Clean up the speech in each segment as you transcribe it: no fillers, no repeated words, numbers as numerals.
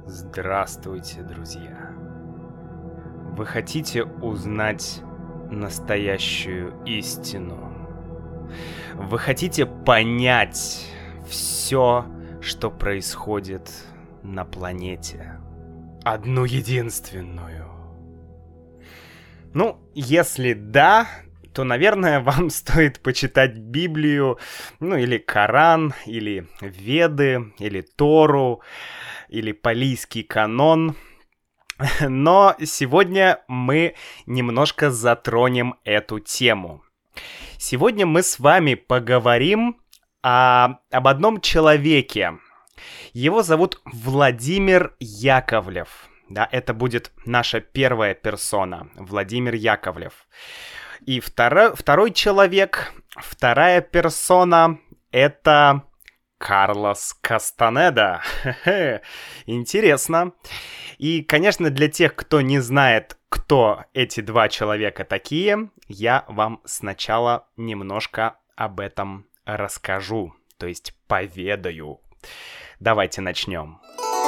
Здравствуйте, друзья! Вы хотите узнать настоящую истину? Вы хотите понять все, что происходит на планете? Одну единственную? Ну, если да, то, наверное, вам стоит почитать Библию, или Коран, или Веды, или Тору, или Палийский канон. Но сегодня мы немножко затронем эту тему. Сегодня мы с вами поговорим об одном человеке. Его зовут Владимир Яковлев. Да, это будет наша первая персона, Владимир Яковлев. И второй человек, вторая персона, это Карлос Кастанеда. Интересно. И, конечно, для тех, кто не знает, кто эти два человека такие, я вам сначала немножко об этом расскажу, то есть поведаю. Давайте начнем.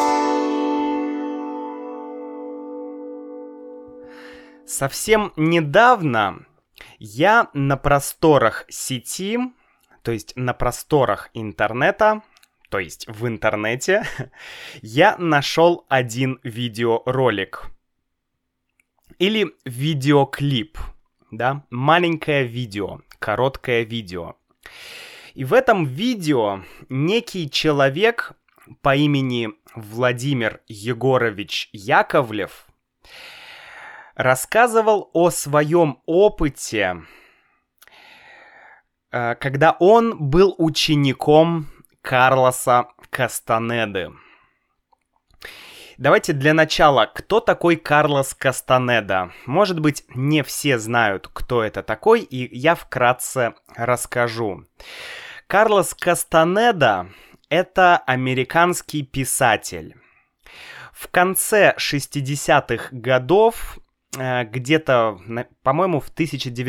Совсем недавно я на просторах сети, то есть на просторах интернета, то есть в интернете, я нашел один видеоролик. Или видеоклип, да, маленькое видео, короткое видео. И в этом видео некий человек по имени Владимир Егорович Яковлев рассказывал о своем опыте, когда он был учеником Карлоса Кастанеды. Давайте для начала, кто такой Карлос Кастанеда? Может быть, не все знают, кто это такой, и я вкратце расскажу. Карлос Кастанеда — это американский писатель. В конце 60-х годов, где-то, по-моему, в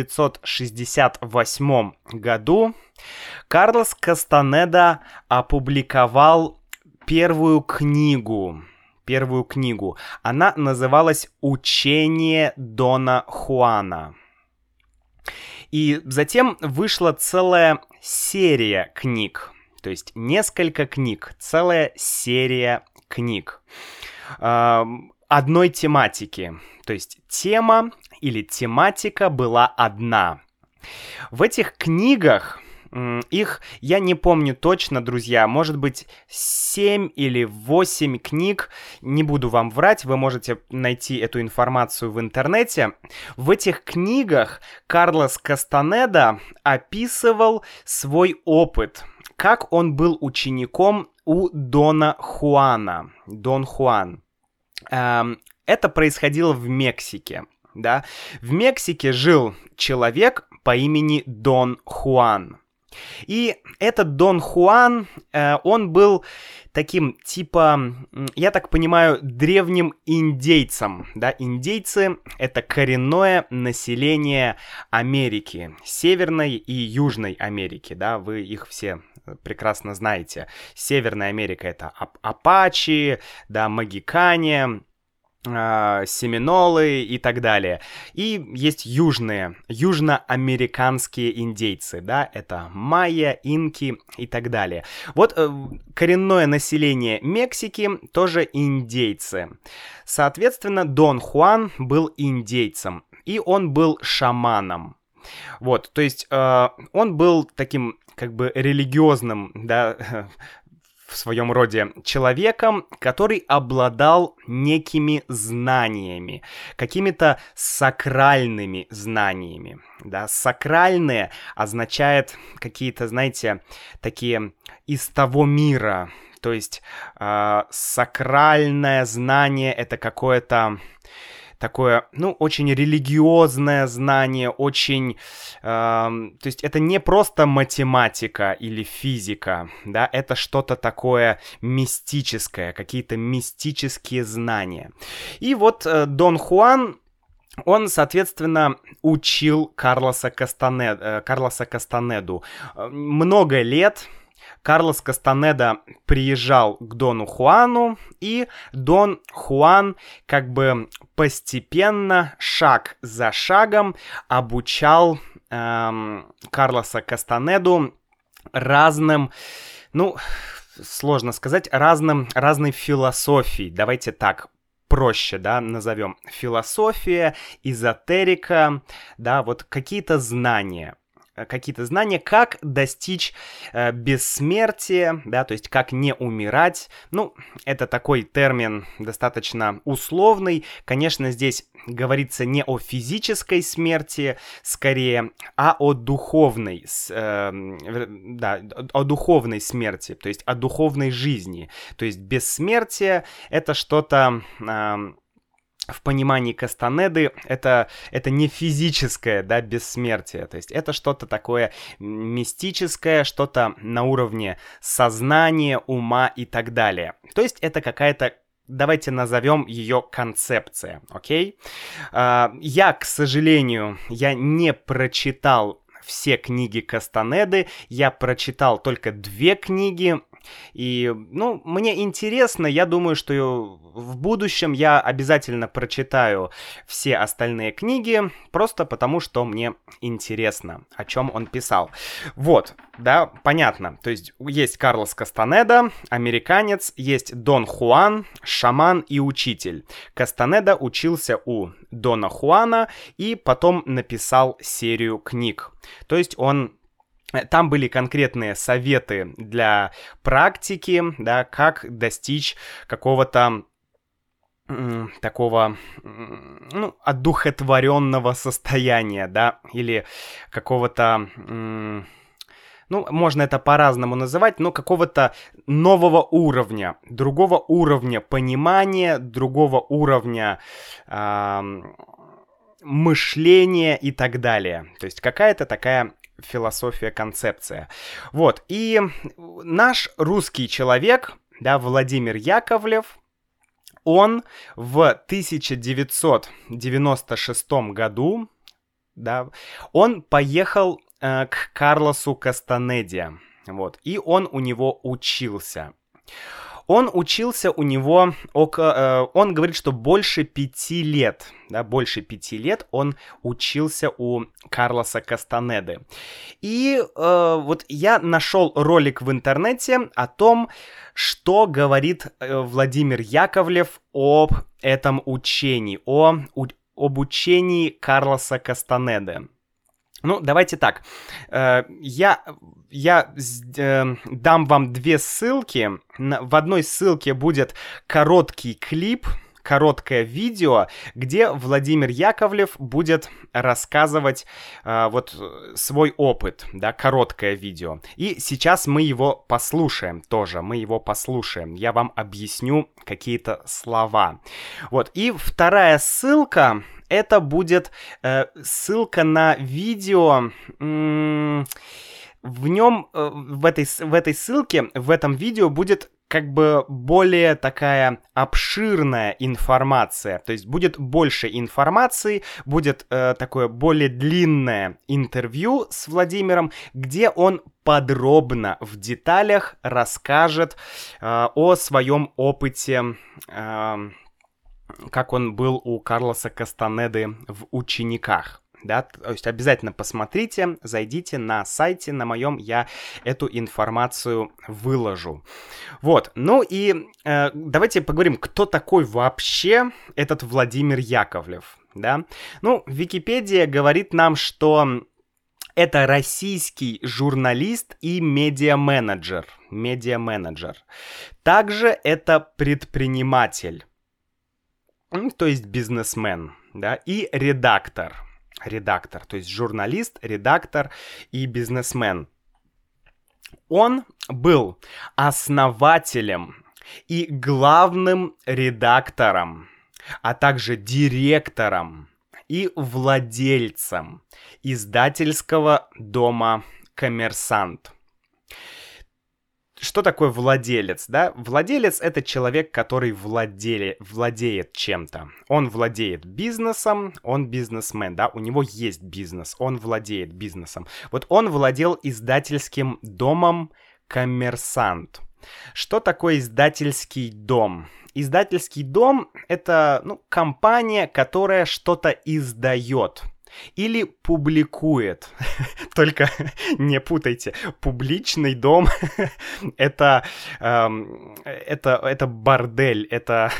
1968 году, Карлос Кастанеда опубликовал первую книгу. Она называлась «Учение Дона Хуана». И затем вышла целая серия книг, то есть несколько книг, целая серия книг одной тематики. То есть тема или тематика была одна. В этих книгах, их я не помню точно, друзья, может быть 7 или 8 книг, не буду вам врать, вы можете найти эту информацию в интернете. В этих книгах Карлос Кастанеда описывал свой опыт, как он был учеником у Дона Хуана. Дон Хуан. Это происходило в Мексике, да. В Мексике жил человек по имени Дон Хуан. И этот Дон Хуан, он был таким, типа, я так понимаю, древним индейцем, да. Индейцы — это коренное население Америки, Северной и Южной Америки, да, вы их все прекрасно знаете. Северная Америка — это апачи, да, магикане, семинолы и так далее. И есть южноамериканские индейцы, да, это майя, инки и так далее. Вот коренное население Мексики тоже индейцы. Соответственно, Дон Хуан был индейцем, и он был шаманом. Вот, то есть он был таким как бы религиозным, да, в своем роде человеком, который обладал некими знаниями, какими-то сакральными знаниями. Да, сакральные означает какие-то, знаете, такие из того мира. То есть сакральное знание — это какое-то такое, очень религиозное знание, очень... то есть это не просто математика или физика, да, это что-то такое мистическое, какие-то мистические знания. И вот Дон Хуан, он, соответственно, учил Карлоса Кастанеду много лет. Карлос Кастанеда приезжал к Дону Хуану, и Дон Хуан как бы постепенно, шаг за шагом обучал Карлоса Кастанеду разным, ну, сложно сказать, разной философии. Давайте так проще, да, назовем. Философия, эзотерика, да, вот какие-то знания, как достичь бессмертия, да, то есть как не умирать. Ну, это такой термин достаточно условный. Конечно, здесь говорится не о физической смерти, скорее, а о духовной, о духовной смерти, то есть о духовной жизни. То есть бессмертие — это что-то... В понимании Кастанеды это не физическое, да, бессмертие, то есть это что-то такое мистическое, что-то на уровне сознания, ума и так далее. То есть это какая-то, давайте назовем ее концепция, окей? Я, к сожалению, я не прочитал все книги Кастанеды, я прочитал только 2 книги. И, ну, мне интересно, я думаю, что в будущем я обязательно прочитаю все остальные книги, просто потому что мне интересно, о чем он писал. Вот, да, понятно. То есть есть Карлос Кастанеда, американец, есть Дон Хуан, шаман и учитель. Кастанеда учился у Дона Хуана и потом написал серию книг. То есть там были конкретные советы для практики, да, как достичь какого-то такого, ну, одухотворенного состояния, да, или какого-то, ну, можно это по-разному называть, но какого-то нового уровня, другого уровня понимания, другого уровня мышления и так далее. То есть какая-то такая философия, концепция. Вот, и наш русский человек, да, Владимир Яковлев, он в 1996 году, да, он поехал к Карлосу Кастанеде, вот, и он у него учился. Он учился у него, он говорит, что больше 5 лет, да, больше 5 лет он учился у Карлоса Кастанеды. И вот я нашел ролик в интернете о том, что говорит Владимир Яковлев об этом учении, об учении Карлоса Кастанеды. Ну, давайте так, я дам вам 2 ссылки. В одной ссылке будет короткий клип, короткое видео, где Владимир Яковлев будет рассказывать вот свой опыт, да, короткое видео. И сейчас мы его послушаем тоже, я вам объясню какие-то слова. Вот, и вторая ссылка... Это будет ссылка на видео. В нем, в этой ссылке, в этом видео будет как бы более такая обширная информация. То есть будет больше информации, будет такое более длинное интервью с Владимиром, где он подробно в деталях расскажет о своем опыте, как он был у Карлоса Кастанеды в учениках, да, то есть обязательно посмотрите, зайдите на сайте, на моем, я эту информацию выложу. Вот, ну и давайте поговорим, кто такой вообще этот Владимир Яковлев, да. Ну, Википедия говорит нам, что это российский журналист и медиа-менеджер. Также это предприниматель. То есть бизнесмен, да, и редактор, то есть журналист, редактор и бизнесмен. Он был основателем и главным редактором, а также директором и владельцем издательского дома «Коммерсант». Что такое владелец, да? Владелец — это человек, который владеет чем-то. Он владеет бизнесом, он бизнесмен, да? У него есть бизнес, он владеет бизнесом. Вот он владел издательским домом «Коммерсант». Что такое издательский дом? Издательский дом — это, компания, которая что-то издает или публикует. Только не путайте. Публичный дом — это бордель, это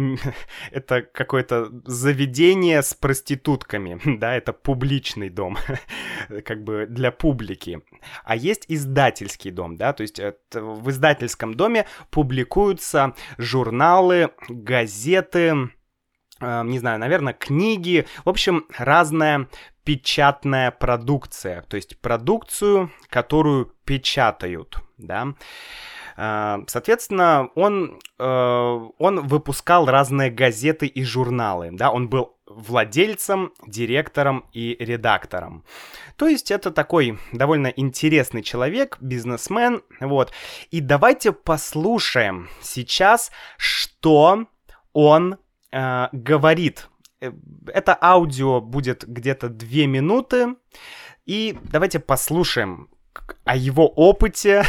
какое-то заведение с проститутками. Да, это публичный дом, как бы для публики. А есть издательский дом, да, то есть в издательском доме публикуются журналы, газеты, не знаю, наверное, книги, в общем, разная печатная продукция, то есть продукцию, которую печатают, да. Соответственно, он выпускал разные газеты и журналы, да, он был владельцем, директором и редактором. То есть это такой довольно интересный человек, бизнесмен, вот. И давайте послушаем сейчас, что он говорит. Это аудио будет где-то 2 минуты, и давайте послушаем о его опыте,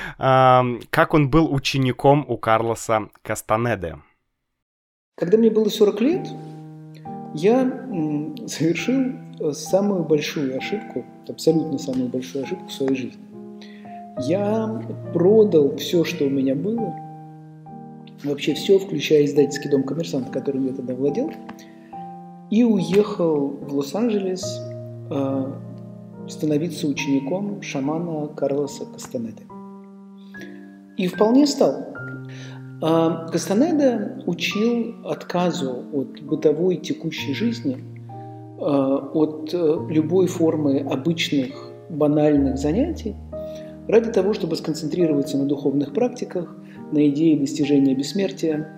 как он был учеником у Карлоса Кастанеды. Когда мне было 40 лет, я совершил самую большую ошибку, абсолютно самую большую ошибку в своей жизни. Я продал все, что у меня было, вообще все, включая издательский дом «Коммерсант», которым я тогда владел, и уехал в Лос-Анджелес становиться учеником шамана Карлоса Кастанеды. И вполне стал. Кастанеда учил отказу от бытовой текущей жизни, от любой формы обычных банальных занятий, ради того, чтобы сконцентрироваться на духовных практиках, на идее достижения бессмертия,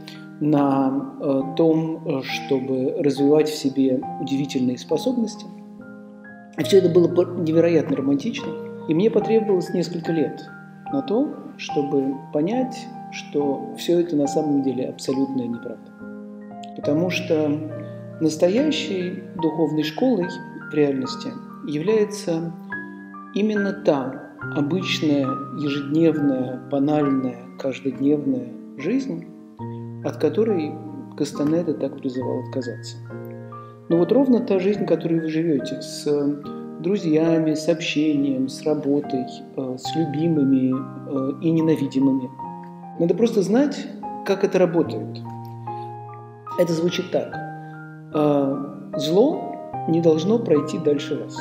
на том, чтобы развивать в себе удивительные способности. И все это было невероятно романтично. И мне потребовалось несколько лет на то, чтобы понять, что все это на самом деле абсолютная неправда. Потому что настоящей духовной школой в реальности является именно та обычная, ежедневная, банальная, каждодневная жизнь, от которой Кастанеда так призывал отказаться. Но вот ровно та жизнь, которой вы живете, с друзьями, с общением, с работой, с любимыми и ненавидимыми. Надо просто знать, как это работает. Это звучит так. Зло не должно пройти дальше вас.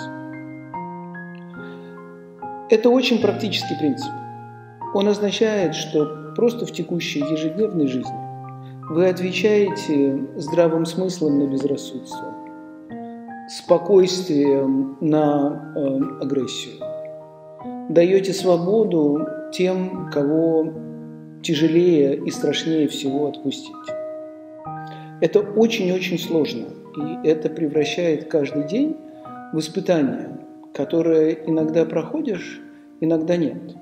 Это очень практический принцип. Он означает, что просто в текущей ежедневной жизни вы отвечаете здравым смыслом на безрассудство, спокойствием на агрессию, даете свободу тем, кого тяжелее и страшнее всего отпустить. Это очень-очень сложно, и это превращает каждый день в испытание, которое иногда проходишь, иногда нет.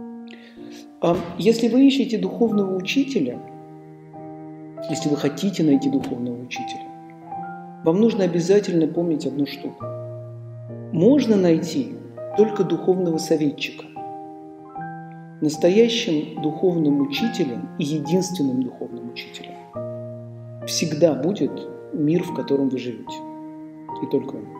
Если вы ищете духовного учителя, если вы хотите найти духовного учителя, вам нужно обязательно помнить одну штуку. Можно найти только духовного советчика. Настоящим духовным учителем и единственным духовным учителем всегда будет мир, в котором вы живете. И только он.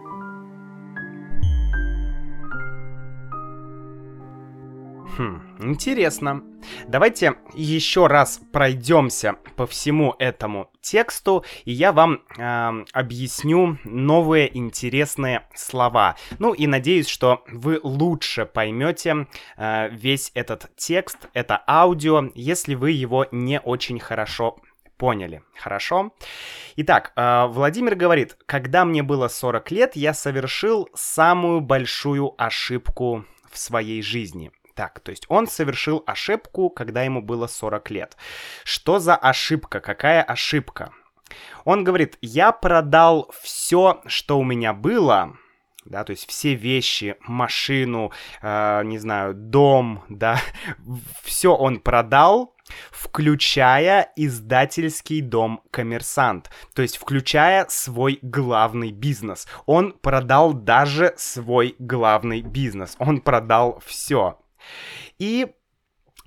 Интересно. Давайте еще раз пройдемся по всему этому тексту, и я вам объясню новые интересные слова. Ну и надеюсь, что вы лучше поймете весь этот текст, это аудио, если вы его не очень хорошо поняли. Хорошо? Итак, Владимир говорит: когда мне было 40 лет, я совершил самую большую ошибку в своей жизни. Так, то есть он совершил ошибку, когда ему было 40 лет. Что за ошибка? Какая ошибка? Он говорит: я продал все, что у меня было, да, то есть все вещи, машину, не знаю, дом, да, все он продал, включая издательский дом «Коммерсант», то есть включая свой главный бизнес. Он продал даже свой главный бизнес, он продал все. И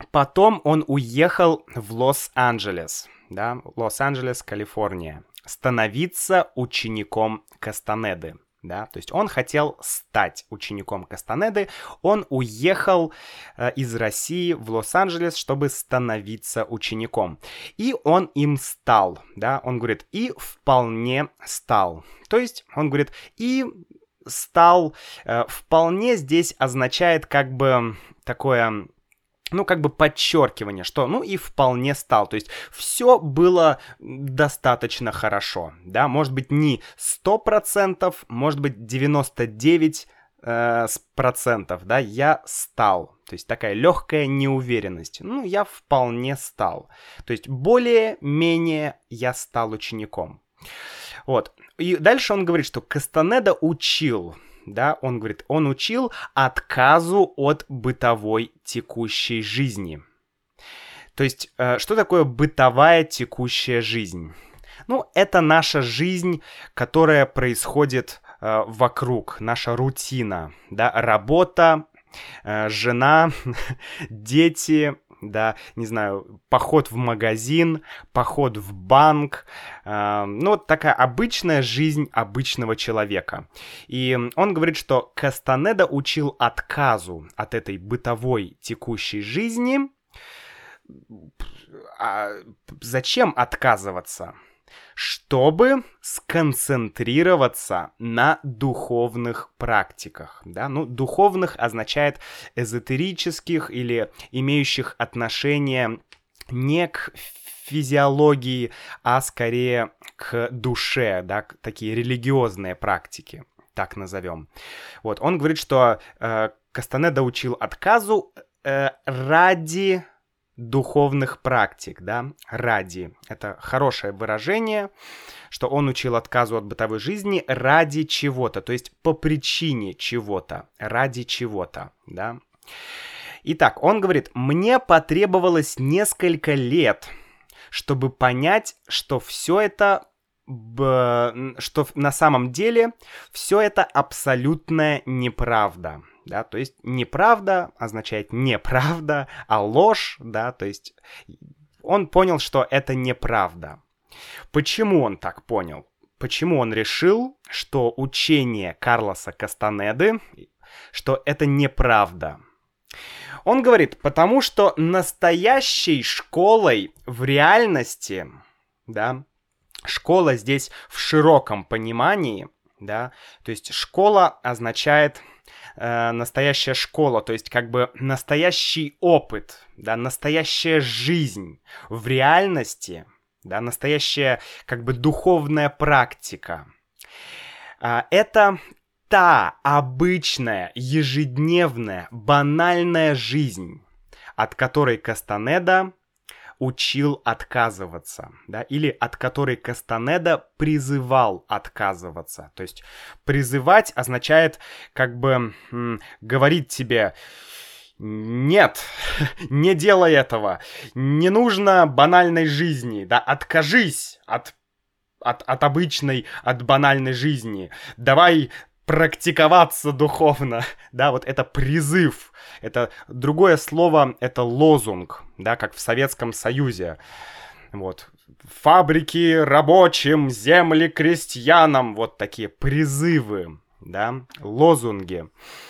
Потом он уехал в Лос-Анджелес, да, Лос-Анджелес, Калифорния, становиться учеником Кастанеды. Да, то есть он хотел стать учеником Кастанеды, он уехал из России в Лос-Анджелес, чтобы становиться учеником. И он им стал, да, он говорит, и вполне стал. То есть он говорит, и стал, вполне здесь означает как бы такое... ну, как бы подчеркивание, что, ну, и вполне стал. То есть все было достаточно хорошо, да, может быть, не 100%, может быть, 99%, да, я стал. То есть такая легкая неуверенность. Ну, я вполне стал. То есть более-менее я стал учеником. Вот. И дальше он говорит, что Кастанеда учил... Да, он говорит, он учил отказу от бытовой текущей жизни. То есть, что такое бытовая текущая жизнь? Ну, это наша жизнь, которая происходит вокруг, наша рутина, да, работа, жена, дети, да, не знаю, поход в магазин, поход в банк, ну, вот такая обычная жизнь обычного человека. И он говорит, что Кастанеда учил отказу от этой бытовой текущей жизни. А зачем отказываться? Чтобы сконцентрироваться на духовных практиках. Да? Ну, духовных означает эзотерических или имеющих отношение не к физиологии, а скорее к душе, да? Такие религиозные практики, так назовем. Вот. Он говорит, что Кастанеда учил отказу ради... духовных практик, да, ради. Это хорошее выражение, что он учил отказу от бытовой жизни ради чего-то, то есть по причине чего-то, ради чего-то, да. Итак, он говорит, мне потребовалось несколько лет, чтобы понять, что все это, что на самом деле все это абсолютная неправда. Да, то есть неправда означает неправда, а ложь, да, то есть он понял, что это неправда. Почему он так понял? Почему он решил, что учение Карлоса Кастанеды, что это неправда? Он говорит, потому что настоящей школой в реальности, да, школа здесь в широком понимании, да, то есть школа означает... настоящая школа, то есть как бы настоящий опыт, да, настоящая жизнь в реальности, да, настоящая как бы духовная практика. Это та обычная, ежедневная, банальная жизнь, от которой Кастанеда учил отказываться, да, или от которой Кастанеда призывал отказываться. То есть призывать означает как бы говорить тебе: нет, не делай этого, не нужно банальной жизни, да, откажись от обычной, от банальной жизни, давай практиковаться духовно, да, вот это призыв, это другое слово, это лозунг, да, как в Советском Союзе, вот, фабрики рабочим, земли крестьянам, вот такие призывы, да, лозунги.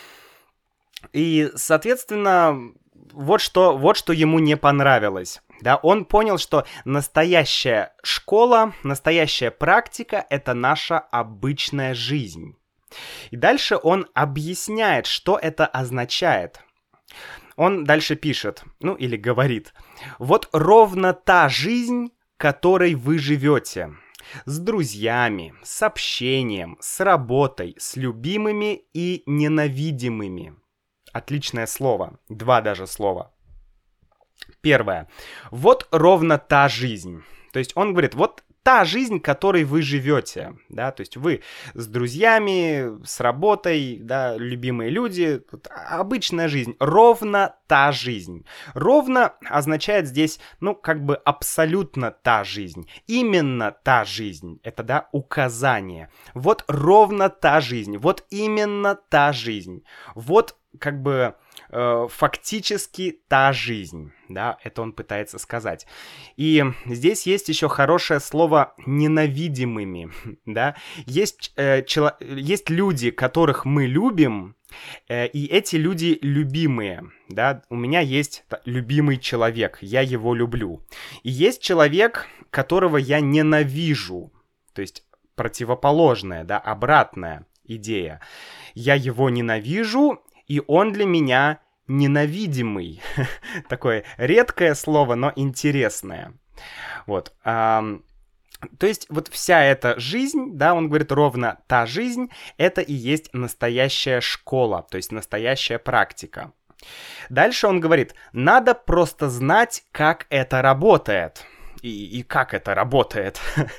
И, соответственно, вот что ему не понравилось. Да, он понял, что настоящая школа, настоящая практика — это наша обычная жизнь. И дальше он объясняет, что это означает. Он дальше пишет, ну или говорит: вот ровно та жизнь, которой вы живете. С друзьями, с общением, с работой, с любимыми и ненавидимыми. Отличное слово, два даже слова. Первое. Вот ровно та жизнь. То есть он говорит, вот та жизнь, которой вы живете, да, то есть вы с друзьями, с работой, да, любимые люди, обычная жизнь, ровно та жизнь. Ровно означает здесь, ну, как бы абсолютно та жизнь, именно та жизнь, это, да, указание. Вот ровно та жизнь, вот именно та жизнь, вот как бы фактически та жизнь, да, это он пытается сказать. И здесь есть еще хорошее слово «ненавидимыми», да, есть люди, которых мы любим, и эти люди любимые, да, у меня есть любимый человек, я его люблю. И есть человек, которого я ненавижу, то есть противоположная, да, обратная идея. Я его ненавижу, и он для меня ненавидимый. Такое редкое слово, но интересное. Вот. То есть вот вся эта жизнь, да, он говорит, ровно та жизнь, это и есть настоящая школа, то есть настоящая практика. Дальше он говорит, надо просто знать, как это работает. И как это работает.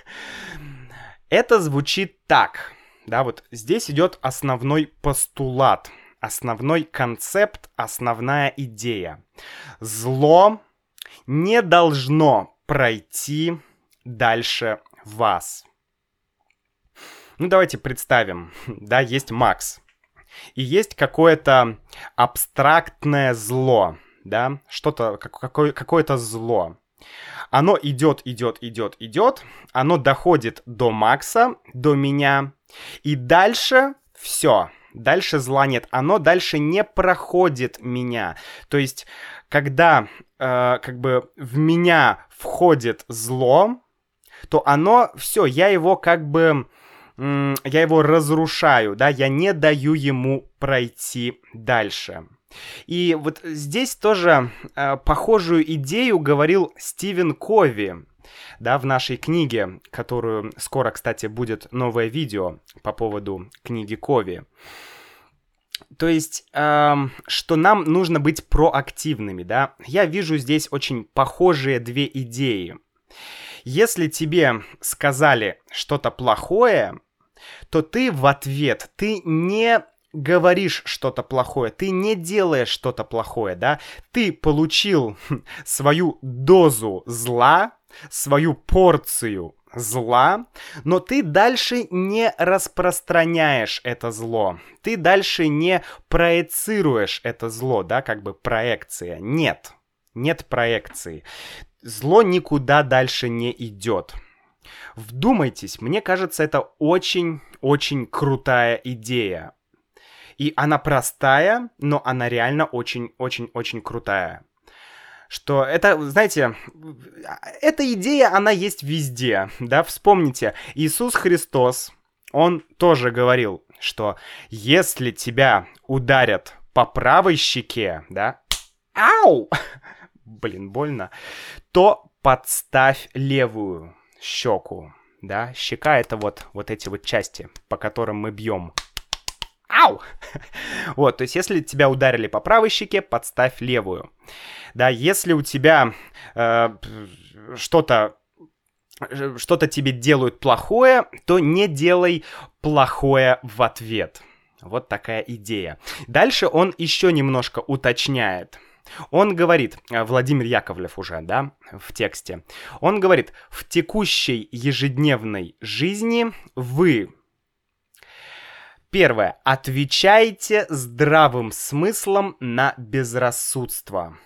Это звучит так. Да, вот здесь идет основной постулат, основной концепт, основная идея. Зло не должно пройти дальше вас. Ну, давайте представим, да, есть Макс, и есть какое-то абстрактное зло, да, что-то, какое-то зло. Оно идет, оно доходит до Макса, до меня, и дальше все, дальше зла нет, оно дальше не проходит меня. То есть, когда как бы в меня входит зло, то оно, все, я его как бы, я его разрушаю, да, я не даю ему пройти дальше. И вот здесь тоже похожую идею говорил Стивен Кови, да, в нашей книге, которую скоро, кстати, будет новое видео по поводу книги Кови. То есть, что нам нужно быть проактивными, да. Я вижу здесь очень похожие две идеи. Если тебе сказали что-то плохое, то ты в ответ, ты не говоришь что-то плохое, ты не делаешь что-то плохое, да, ты получил свою дозу зла, свою порцию зла, но ты дальше не распространяешь это зло, ты дальше не проецируешь это зло, да, как бы проекция, нет проекции, зло никуда дальше не идет. Вдумайтесь, мне кажется, это очень-очень крутая идея. И она простая, но она реально очень-очень-очень крутая. Что это, знаете, эта идея, она есть везде, да, вспомните, Иисус Христос, он тоже говорил, что если тебя ударят по правой щеке, да, ау, блин, больно, то подставь левую щеку, да, щека это вот эти вот части, по которым мы бьем. Ау! Вот, то есть, если тебя ударили по правой щеке, подставь левую. Да, если у тебя что-то тебе делают плохое, то не делай плохое в ответ. Вот такая идея. Дальше он еще немножко уточняет. Он говорит, Владимир Яковлев уже, да, в тексте. Он говорит, в текущей ежедневной жизни вы... Первое. Отвечайте здравым смыслом на безрассудство.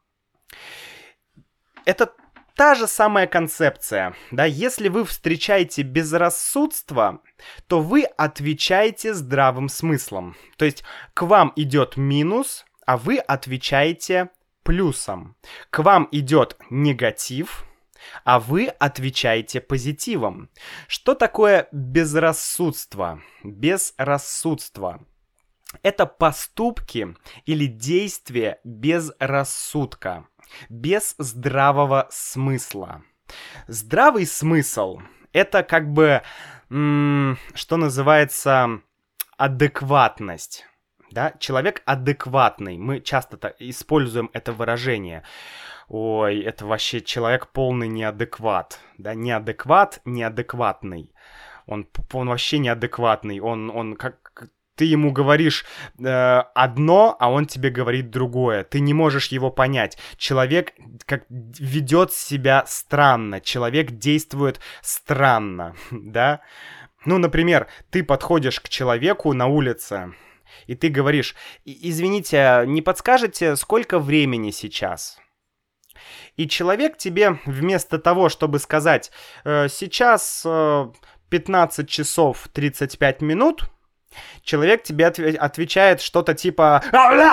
Это та же самая концепция. Да? Если вы встречаете безрассудство, то вы отвечаете здравым смыслом. То есть к вам идет минус, а вы отвечаете плюсом. К вам идет негатив, а вы отвечаете позитивом. Что такое безрассудство? Безрассудство — это поступки или действия без рассудка, без здравого смысла. Здравый смысл — это как бы, что называется, адекватность. Да? Человек адекватный. Мы часто используем это выражение. Ой, это вообще человек полный неадекват. Да? Неадекват, неадекватный. Он вообще неадекватный. Он как... Ты ему говоришь одно, а он тебе говорит другое. Ты не можешь его понять. Человек как ведет себя странно. Человек действует странно. Да? Ну, например, ты подходишь к человеку на улице, И ты говоришь: извините, не подскажете, сколько времени сейчас? И человек тебе вместо того, чтобы сказать: сейчас 15 часов 35 минут, человек тебе отвечает что-то типа: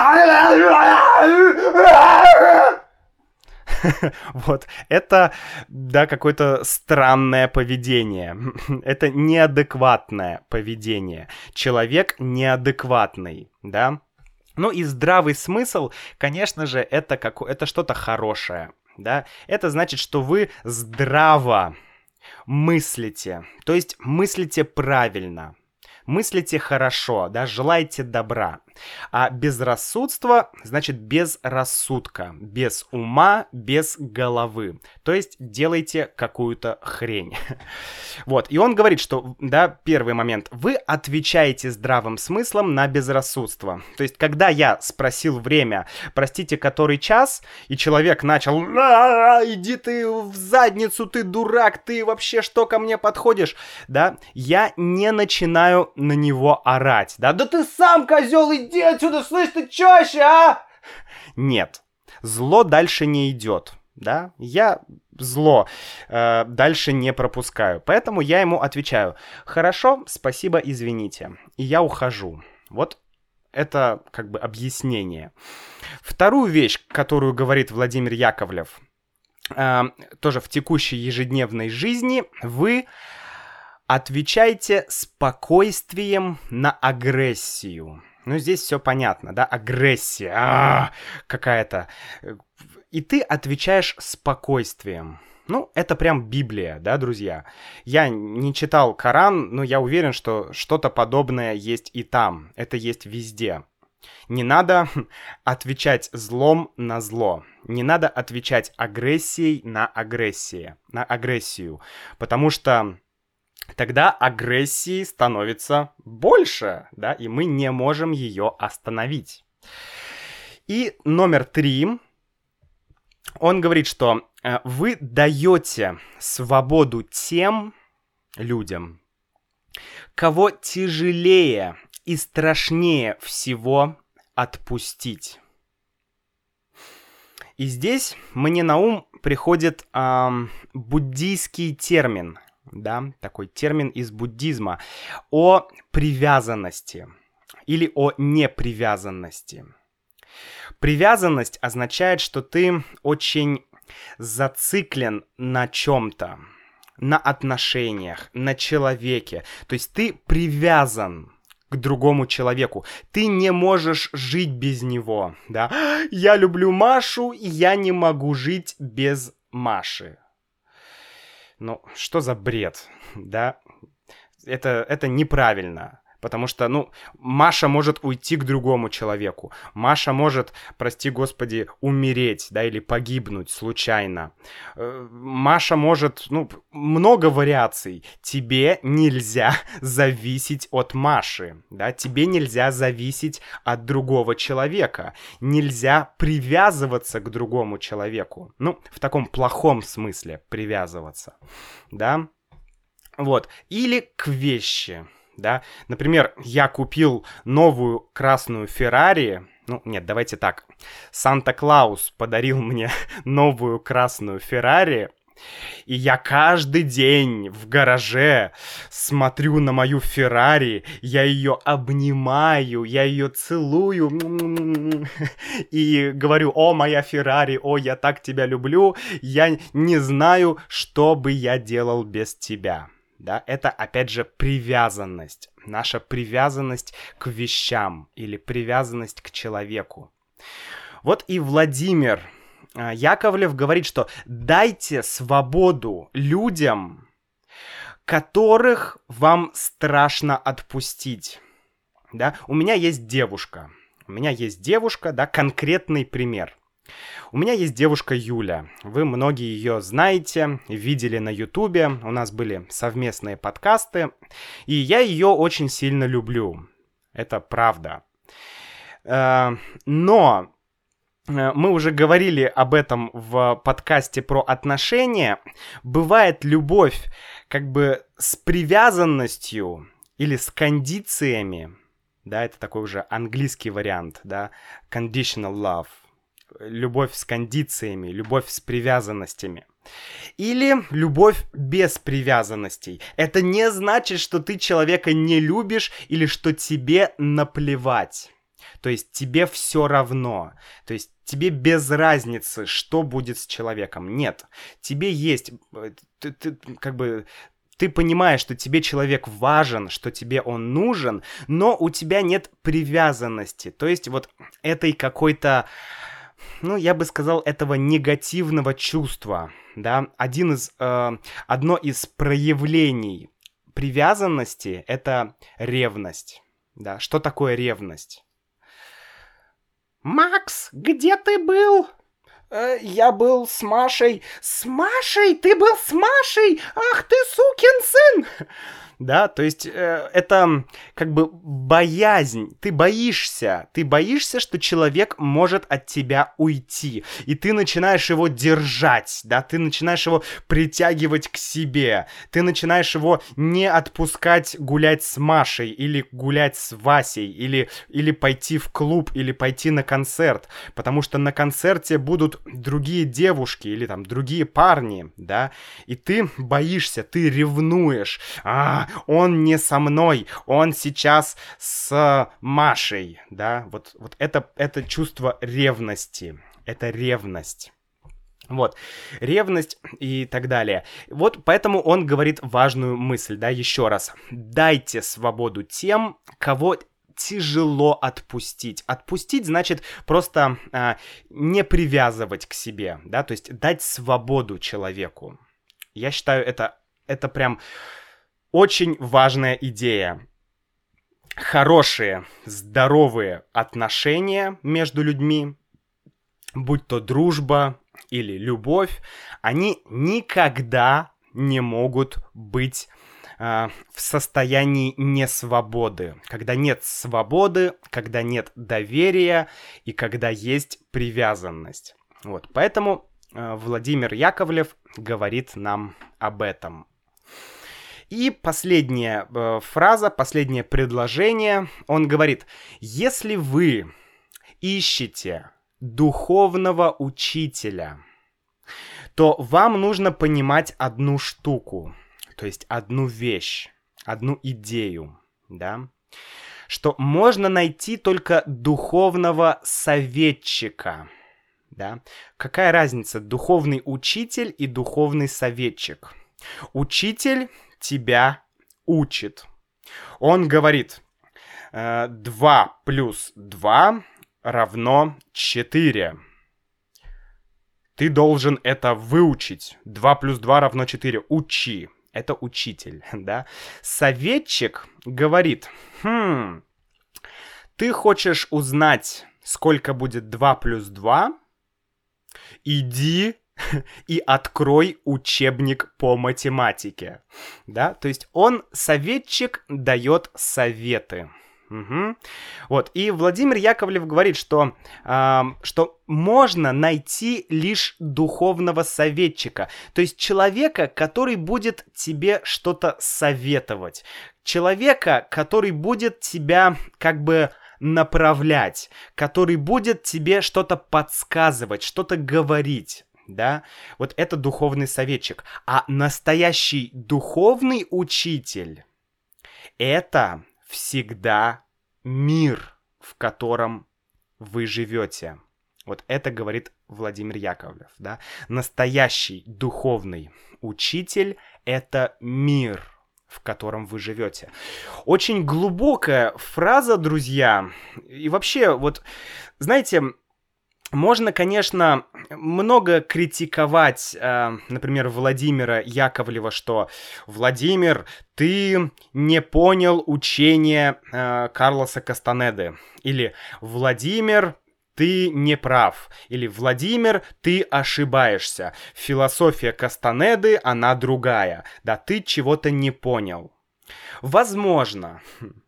вот, это, да, какое-то странное поведение. Это неадекватное поведение. Человек неадекватный, да. Ну и здравый смысл, конечно же, это что-то хорошее, да. Это значит, что вы здраво мыслите, то есть мыслите правильно. Мыслите хорошо, да, желаете добра. А безрассудство значит без рассудка, без ума, без головы. То есть делайте какую-то хрень. Вот, и он говорит, что, да, первый момент, вы отвечаете здравым смыслом на безрассудство. То есть, когда я спросил время, простите, который час, и человек начал: иди ты в задницу, ты дурак, ты вообще что ко мне подходишь, да, я не начинаю на него орать, да, да ты сам, козел, иди отсюда, слышь, ты чё вообще, а? Нет, зло дальше не идет, да, я зло дальше не пропускаю, поэтому я ему отвечаю: хорошо, спасибо, извините, и я ухожу. Вот это как бы объяснение. Вторую вещь, которую говорит Владимир Яковлев, тоже в текущей ежедневной жизни, вы отвечайте спокойствием на агрессию. Ну, здесь все понятно, да? Агрессия какая-то. И ты отвечаешь спокойствием. Ну, это прям Библия, да, друзья? Я не читал Коран, но я уверен, что что-то подобное есть и там. Это есть везде. Не надо отвечать злом на зло. Не надо отвечать агрессией на агрессию. Потому что тогда агрессии становится больше, да, и мы не можем ее остановить. И номер 3. Он говорит, что вы даете свободу тем людям, кого тяжелее и страшнее всего отпустить. И здесь мне на ум приходит буддийский термин, да, такой термин из буддизма, о привязанности или о непривязанности. Привязанность означает, что ты очень зациклен на чем-то, на отношениях, на человеке. То есть ты привязан к другому человеку. Ты не можешь жить без него, да. Я люблю Машу, и я не могу жить без Маши. Ну, что за бред, да? Это неправильно. Потому что, ну, Маша может уйти к другому человеку. Маша может, прости господи, умереть, да, или погибнуть случайно. Маша может, ну, много вариаций. Тебе нельзя зависеть от Маши, да, тебе нельзя зависеть от другого человека. Нельзя привязываться к другому человеку. Ну, в таком плохом смысле привязываться, да. Вот. Или к вещи. Да? Например, я купил новую красную Феррари. Ну, нет, давайте так. Санта-Клаус подарил мне новую красную Феррари. И я каждый день в гараже смотрю на мою Феррари. Я ее обнимаю, я ее целую. И говорю: о, моя Феррари, о, я так тебя люблю. Я не знаю, что бы я делал без тебя. Да, это, опять же, привязанность. Наша привязанность к вещам или привязанность к человеку. Вот и Владимир Яковлев говорит, что дайте свободу людям, которых вам страшно отпустить. Да? У меня есть девушка, да, конкретный пример. У меня есть девушка Юля. Вы многие ее знаете, видели на Ютубе. У нас были совместные подкасты. И я ее очень сильно люблю. Это правда. Но мы уже говорили об этом в подкасте про отношения. Бывает любовь как бы с привязанностью или с кондициями. да, это такой уже английский вариант, да, conditional love, любовь с кондициями, любовь с привязанностями. Или любовь без привязанностей. Это не значит, что ты человека не любишь или что тебе наплевать. То есть тебе все равно. То есть тебе без разницы, что будет с человеком. Нет. Тебе есть... Ты понимаешь, что тебе человек важен, что тебе он нужен, но у тебя нет привязанности. То есть вот этой какой-то... я бы сказал, этого негативного чувства, да, одно из проявлений привязанности — это ревность, да. Что такое ревность? «Макс, где ты был?» «Я был с Машей». «С Машей? Ты был с Машей? Ах ты сукин сын!» Да, то есть это как бы боязнь. Ты боишься, что человек может от тебя уйти. И ты начинаешь его держать, да, ты начинаешь его притягивать к себе. Ты начинаешь его не отпускать гулять с Машей, или гулять с Васей, или пойти в клуб, или пойти на концерт. Потому что на концерте будут другие девушки или там другие парни, да. И ты боишься, ты ревнуешь. Он не со мной, он сейчас с Машей, да, вот это чувство ревности, это ревность. Вот, ревность и так далее. Вот поэтому он говорит важную мысль, да, еще раз. Дайте свободу тем, кого тяжело отпустить. Отпустить значит просто не привязывать к себе, да, то есть дать свободу человеку. Я считаю, это прям... очень важная идея. Хорошие, здоровые отношения между людьми, будь то дружба или любовь, они никогда не могут быть в состоянии несвободы. Когда нет свободы, когда нет доверия и когда есть привязанность. Вот, поэтому Владимир Яковлев говорит нам об этом. И последняя фраза, последнее предложение, он говорит: если вы ищете духовного учителя, то вам нужно понимать одну штуку, то есть одну вещь, одну идею, да, что можно найти только духовного советчика, да. Какая разница, духовный учитель и духовный советчик? Учитель тебя учит. Он говорит: 2 плюс 2 равно 4. Ты должен это выучить. 2 плюс 2 равно 4. Учи. Это учитель, да? Советчик говорит: ты хочешь узнать, сколько будет 2 плюс 2? Иди и открой учебник по математике, да, то есть советчик дает советы. Угу. Вот, и Владимир Яковлев говорит, что можно найти лишь духовного советчика, то есть человека, который будет тебе что-то советовать, человека, который будет тебя как бы направлять, который будет тебе что-то подсказывать, что-то говорить. Да, вот это духовный советчик. А настоящий духовный учитель — это всегда мир, в котором вы живете. Вот это говорит Владимир Яковлев, да. Настоящий духовный учитель — это мир, в котором вы живете. Очень глубокая фраза, друзья. И вообще, вот, знаете... Можно, конечно, много критиковать, например, Владимира Яковлева, что «Владимир, ты не понял учение Карлоса Кастанеды», или «Владимир, ты не прав», или «Владимир, ты ошибаешься, философия Кастанеды, она другая, да ты чего-то не понял». Возможно,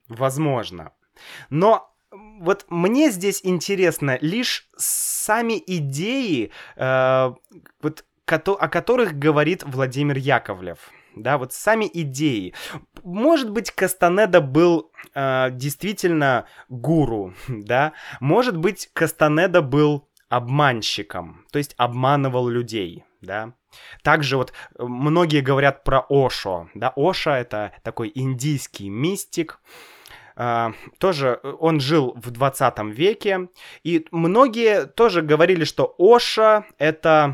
но... Вот мне здесь интересно лишь сами идеи, о которых говорит Владимир Яковлев. да, вот сами идеи. Может быть, Кастанеда был действительно гуру, да, может быть, Кастанеда был обманщиком, то есть обманывал людей, да. Также вот многие говорят про Ошо, да, Ошо — это такой индийский мистик, тоже он жил в 20 веке, и многие тоже говорили, что Ошо — это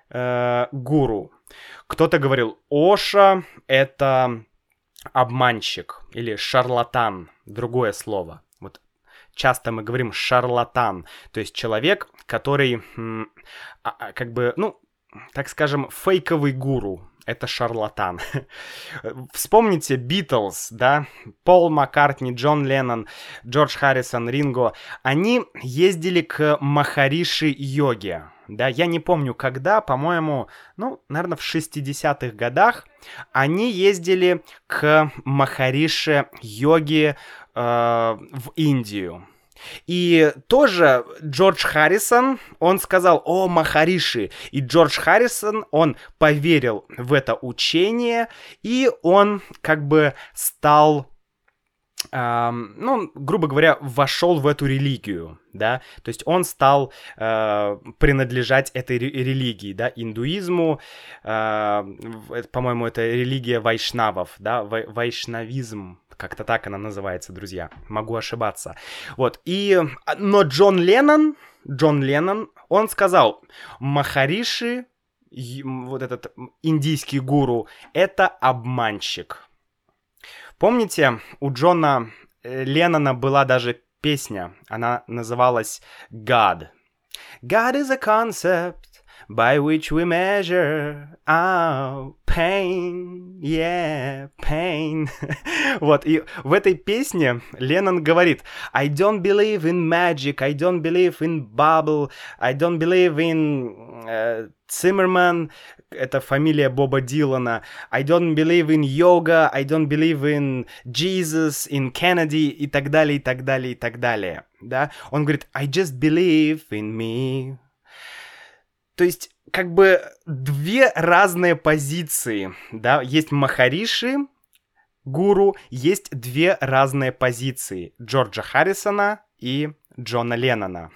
гуру. Кто-то говорил, Ошо — это обманщик или шарлатан, другое слово. Вот часто мы говорим шарлатан, то есть человек, который как бы, ну, так скажем, фейковый гуру. Это шарлатан. Вспомните Битлз, да? Пол Маккартни, Джон Леннон, Джордж Харрисон, Ринго. Они ездили к Махариши-йоге. Да, я не помню когда, по-моему, ну, наверное, в 60-х годах они ездили к Махариши-йоге в Индию. И тоже Джордж Харрисон, он сказал о Махариши, и Джордж Харрисон, он поверил в это учение, и он как бы стал, ну, грубо говоря, вошел в эту религию, да, то есть он стал принадлежать этой религии, да, индуизму, по-моему, это религия вайшнавов, да, вайшнавизм. Как-то так она называется, друзья. Могу ошибаться. Вот. Но Джон Леннон, он сказал, Махариши, вот этот индийский гуру, это обманщик. Помните, у Джона Леннона была даже песня. Она называлась God. God is a concept by which we measure our pain, yeah, pain. Вот, и в этой песне Леннон говорит: I don't believe in magic, I don't believe in bubble, I don't believe in Zimmerman, это фамилия Боба Дилана, I don't believe in yoga, I don't believe in Jesus, in Kennedy, и так далее, и так далее, и так далее, да? Он говорит, I just believe in me. То есть, как бы, две разные позиции, да, есть Махариши, гуру, есть две разные позиции Джорджа Харрисона и Джона Леннона.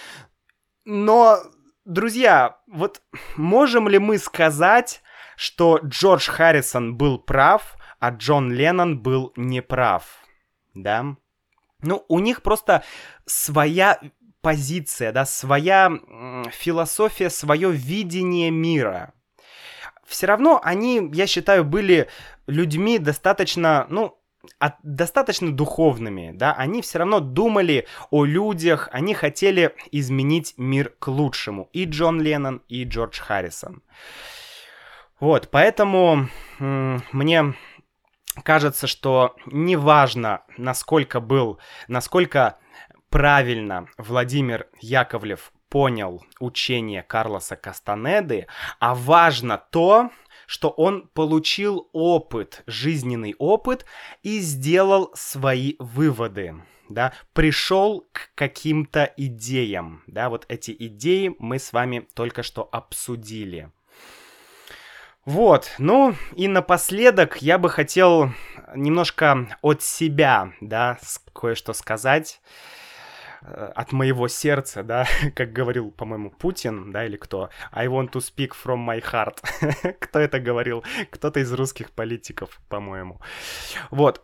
Но, друзья, вот можем ли мы сказать, что Джордж Харрисон был прав, а Джон Леннон был неправ, да? Ну, у них просто своя позиция, да, своя философия, свое видение мира. Все равно они, я считаю, были людьми достаточно, ну, достаточно духовными, да, они все равно думали о людях, они хотели изменить мир к лучшему, и Джон Леннон, и Джордж Харрисон. Вот, поэтому мне кажется, что неважно, насколько правильно Владимир Яковлев понял учение Карлоса Кастанеды, а важно то, что он получил опыт, жизненный опыт, и сделал свои выводы, да, пришел к каким-то идеям, да, вот эти идеи мы с вами только что обсудили. Вот, ну и напоследок я бы хотел немножко от себя, да, кое-что сказать. От моего сердца, да, как говорил, по-моему, Путин, да, или кто? I want to speak from my heart. Кто это говорил? Кто-то из русских политиков, по-моему. Вот,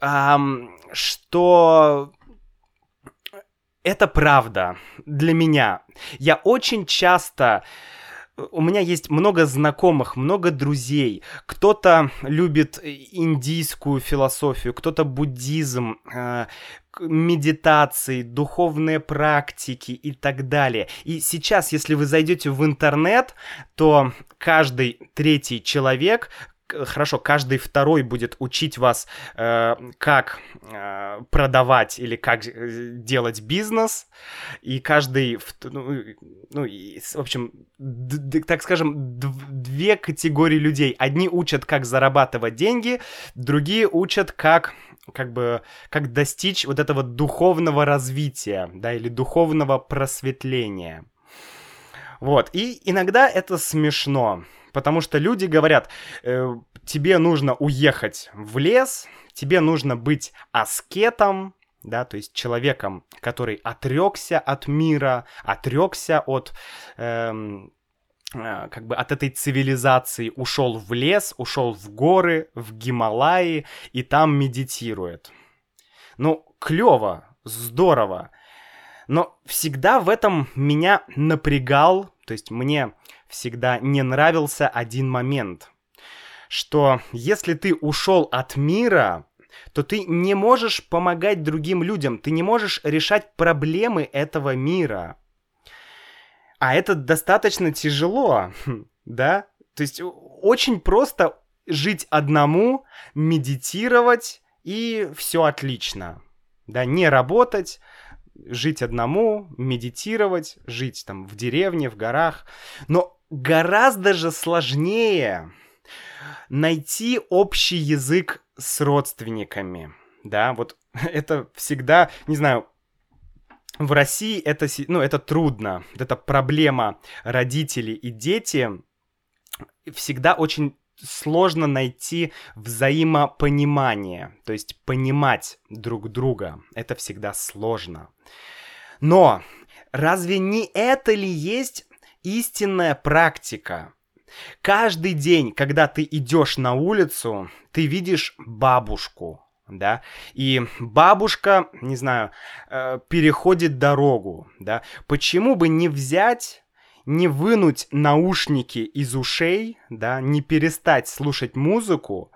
что это правда для меня. Я очень часто... У меня есть много знакомых, много друзей. Кто-то любит индийскую философию, кто-то буддизм, медитации, духовные практики и так далее. И сейчас, если вы зайдете в интернет, то каждый третий человек, хорошо, каждый второй будет учить вас, как продавать или как делать бизнес, и каждый, в общем, так скажем, две категории людей. Одни учат, как зарабатывать деньги, другие учат, как достичь вот этого духовного развития, да, или духовного просветления. Вот, и иногда это смешно, Потому что люди говорят, тебе нужно уехать в лес, тебе нужно быть аскетом, да, то есть человеком, который отрекся от мира, отрекся от, как бы от этой цивилизации, ушел в лес, ушел в горы, в Гималаи и там медитирует. Ну, клево, здорово. Но всегда в этом меня напрягал, то есть мне всегда не нравился один момент, что если ты ушел от мира, то ты не можешь помогать другим людям, ты не можешь решать проблемы этого мира. А это достаточно тяжело, да? То есть очень просто жить одному, медитировать, и все отлично. Да, не работать, жить одному, медитировать, жить там в деревне, в горах. Но гораздо же сложнее найти общий язык с родственниками. Да, вот это всегда, не знаю, в России это трудно. Это проблема родителей и дети. Всегда очень сложно найти взаимопонимание, то есть понимать друг друга. Это всегда сложно. Но разве не это ли есть истинная практика? Каждый день, когда ты идешь на улицу, ты видишь бабушку, да, и бабушка, не знаю, переходит дорогу, да. Почему бы не взять, не вынуть наушники из ушей, да, не перестать слушать музыку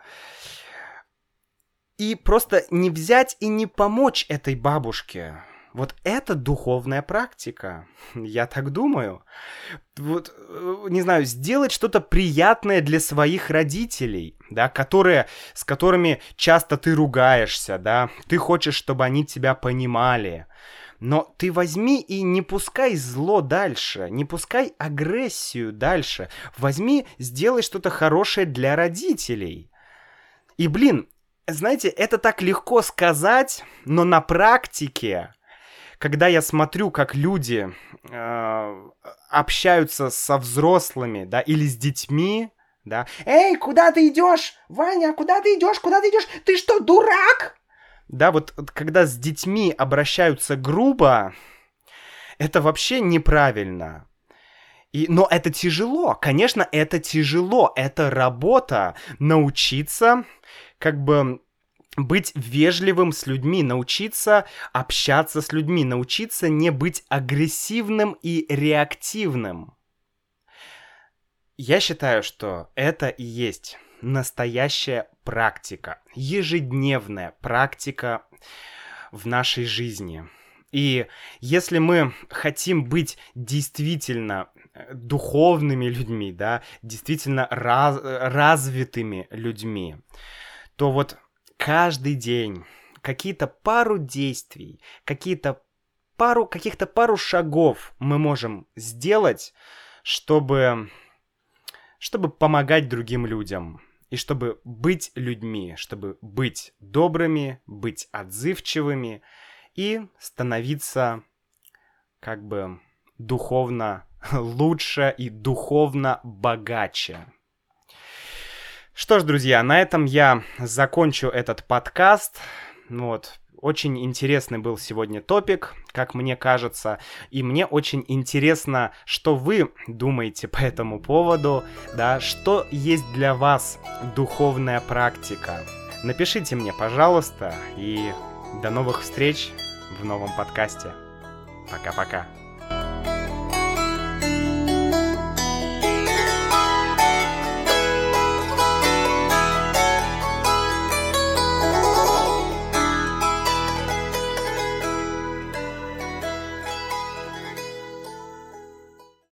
и просто не взять и не помочь этой бабушке? Вот это духовная практика, я так думаю. Вот, не знаю, сделать что-то приятное для своих родителей, да, с которыми часто ты ругаешься, да, ты хочешь, чтобы они тебя понимали. Но ты возьми и не пускай зло дальше, не пускай агрессию дальше. Возьми, сделай что-то хорошее для родителей. И, знаете, это так легко сказать, но на практике, когда я смотрю, как люди общаются со взрослыми, да, или с детьми, да. «Эй, куда ты идешь? Ваня, куда ты идешь? Куда ты идешь? Ты что, дурак?» Да, вот когда с детьми обращаются грубо, это вообще неправильно. Но это тяжело, конечно, это тяжело, это работа. Научиться, как бы, быть вежливым с людьми, научиться общаться с людьми, научиться не быть агрессивным и реактивным. Я считаю, что это и есть настоящая практика, ежедневная практика в нашей жизни. И если мы хотим быть действительно духовными людьми, да, действительно развитыми людьми, то вот каждый день какие-то пару действий, каких-то пару шагов мы можем сделать, чтобы помогать другим людям. И чтобы быть людьми, чтобы быть добрыми, быть отзывчивыми и становиться как бы духовно лучше и духовно богаче. Что ж, друзья, на этом я закончу этот подкаст. Вот. Очень интересный был сегодня топик, как мне кажется, и мне очень интересно, что вы думаете по этому поводу, да, что есть для вас духовная практика. Напишите мне, пожалуйста, и до новых встреч в новом подкасте. Пока-пока.